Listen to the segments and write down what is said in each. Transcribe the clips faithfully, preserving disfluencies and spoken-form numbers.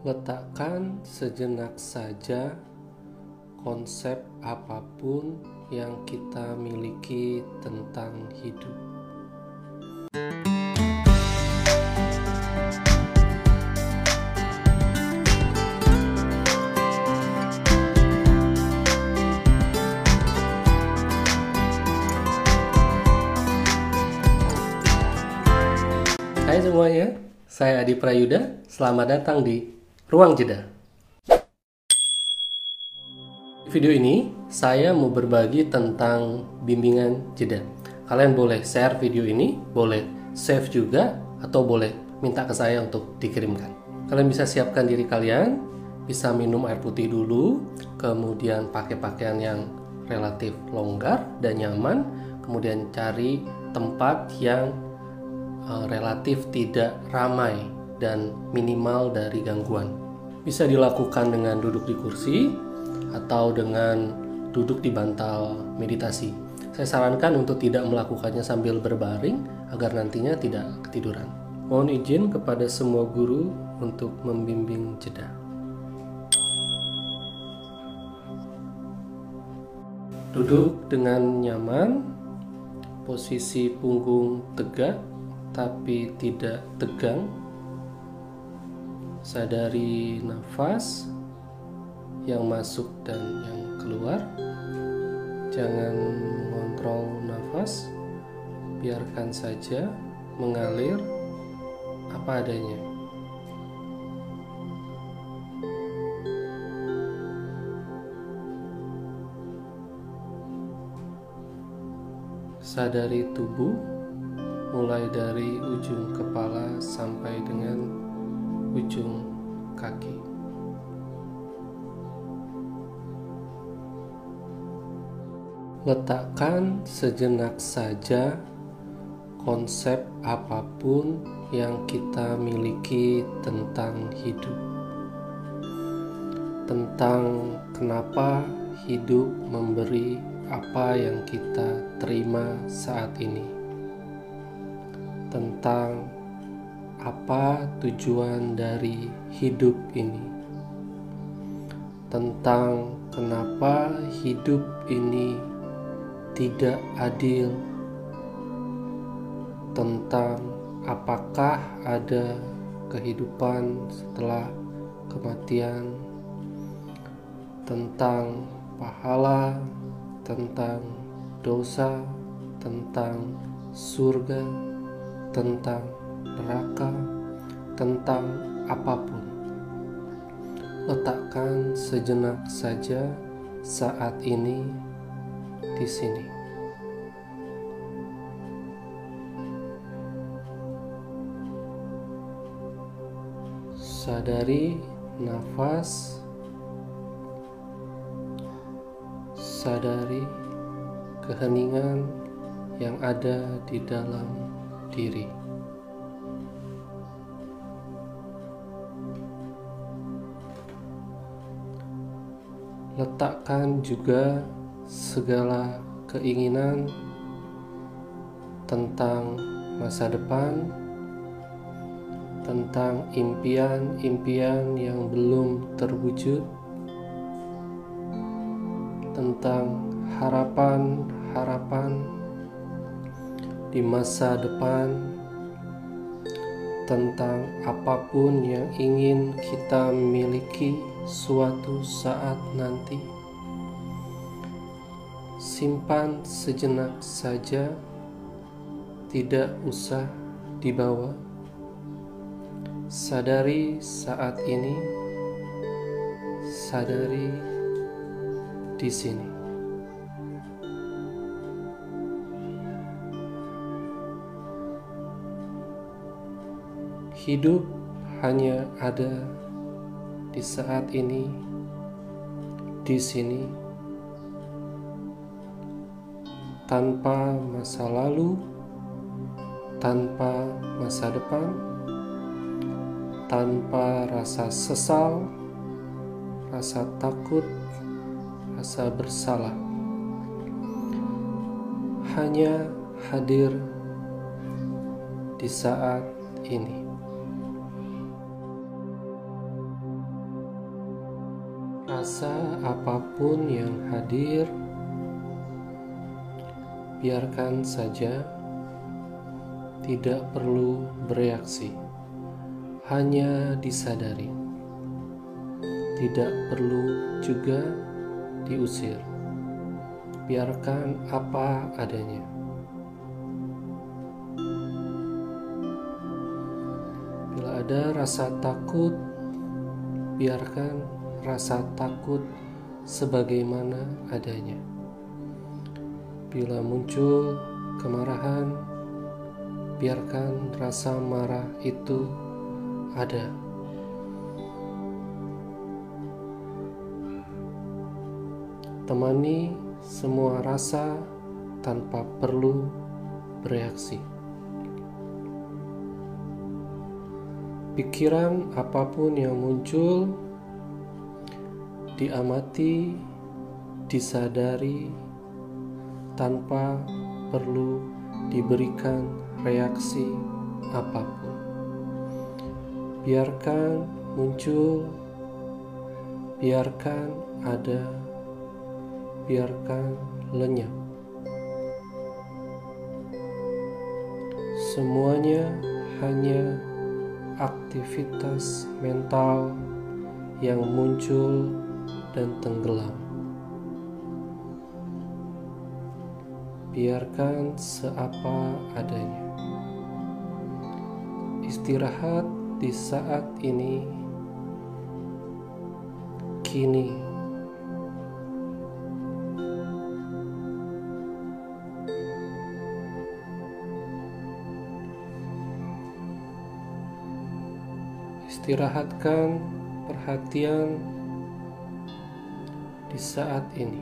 Letakkan sejenak saja konsep apapun yang kita miliki tentang hidup. Hai semuanya, saya Adi Prayuda. Selamat datang di Ruang Jeda. Di video ini, saya mau berbagi tentang bimbingan jeda. Kalian boleh share video ini, boleh save juga, atau boleh minta ke saya untuk dikirimkan. Kalian bisa siapkan diri kalian, bisa minum air putih dulu, kemudian pakai pakaian yang relatif longgar dan nyaman, kemudian cari tempat yang relatif tidak ramai dan minimal dari gangguan. Bisa dilakukan dengan duduk di kursi atau dengan duduk di bantal meditasi. Saya sarankan untuk tidak melakukannya sambil berbaring agar nantinya tidak ketiduran. Mohon izin kepada semua guru untuk membimbing jeda. Duduk dengan nyaman, posisi punggung tegak tapi tidak tegang. Sadari nafas yang masuk dan yang keluar. Jangan mengontrol nafas, biarkan saja mengalir apa adanya. Sadari tubuh mulai dari ujung kepala sampai dengan ujung kaki. Letakkan sejenak saja konsep apapun yang kita miliki tentang hidup. Tentang kenapa hidup memberi apa yang kita terima saat ini. Tentang apa tujuan dari hidup ini, tentang kenapa hidup ini tidak adil, tentang apakah ada kehidupan setelah kematian, tentang pahala, tentang dosa, tentang surga, tentang neraka, tentang apapun. Letakkan sejenak saja saat ini di sini. Sadari nafas, sadari keheningan yang ada di dalam diri. Letakkan juga segala keinginan tentang masa depan, tentang impian-impian yang belum terwujud, tentang harapan-harapan di masa depan, tentang apapun yang ingin kita miliki suatu saat nanti. Simpan sejenak saja, tidak usah dibawa. Sadari saat ini, sadari di sini. Hidup hanya ada di saat ini, di sini, tanpa masa lalu, tanpa masa depan, tanpa rasa sesal, rasa takut, rasa bersalah. Hanya hadir di saat ini. Rasa apapun yang hadir, biarkan saja, tidak perlu bereaksi, hanya disadari. Tidak perlu juga diusir, biarkan apa adanya. Bila ada rasa takut, biarkan rasa takut sebagaimana adanya. Bila muncul kemarahan, biarkan rasa marah itu ada. Temani semua rasa tanpa perlu bereaksi. Pikiran apapun yang muncul, diamati, disadari, tanpa perlu diberikan reaksi apapun. Biarkan muncul, biarkan ada, biarkan lenyap. Semuanya hanya aktivitas mental yang muncul dan tenggelam. Biarkan seapa adanya. Istirahat di saat ini, kini. Istirahatkan perhatian di saat ini.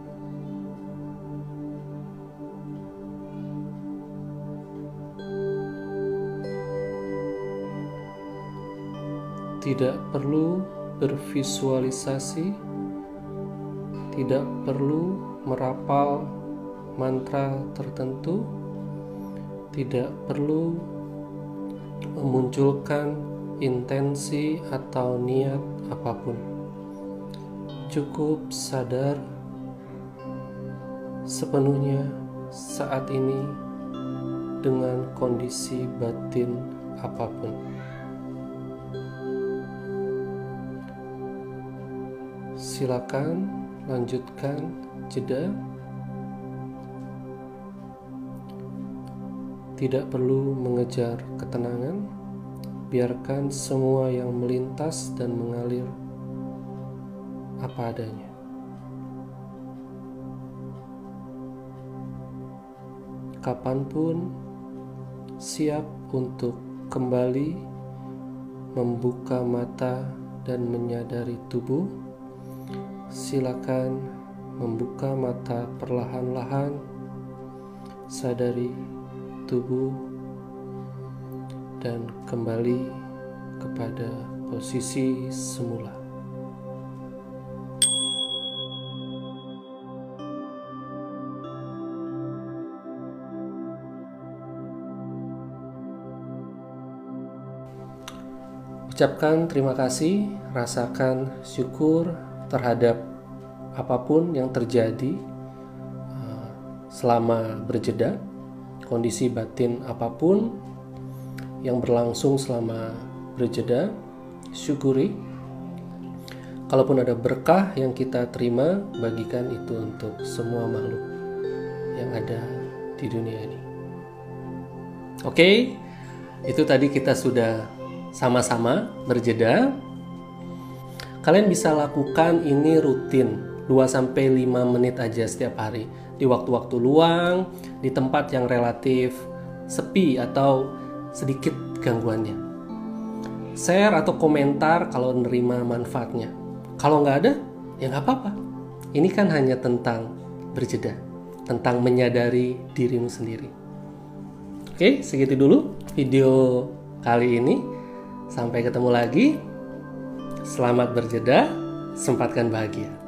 Tidak perlu bervisualisasi, tidak perlu merapal mantra tertentu, tidak perlu memunculkan intensi atau niat apapun. Cukup sadar sepenuhnya saat ini dengan kondisi batin apapun. Silakan lanjutkan jeda. Tidak perlu mengejar ketenangan, biarkan semua yang melintas dan mengalir apa adanya. Kapanpun siap untuk kembali membuka mata dan menyadari tubuh, silakan membuka mata perlahan-lahan, sadari tubuh, dan kembali kepada posisi semula. Ucapkan terima kasih, rasakan syukur terhadap apapun yang terjadi uh, selama berjeda, kondisi batin apapun yang berlangsung selama berjeda, syukuri. Kalaupun ada berkah yang kita terima, bagikan itu untuk semua makhluk yang ada di dunia ini. Oke, itu tadi kita sudah sama-sama berjeda. Kalian bisa lakukan ini rutin dua sampai lima menit aja setiap hari, di waktu-waktu luang, di tempat yang relatif sepi atau sedikit gangguannya. Share atau komentar kalau nerima manfaatnya. Kalau nggak ada, ya nggak apa-apa. Ini kan hanya tentang berjeda, tentang menyadari dirimu sendiri. Oke, segitu dulu video kali ini. Sampai ketemu lagi. Selamat berjeda, sempatkan bahagia.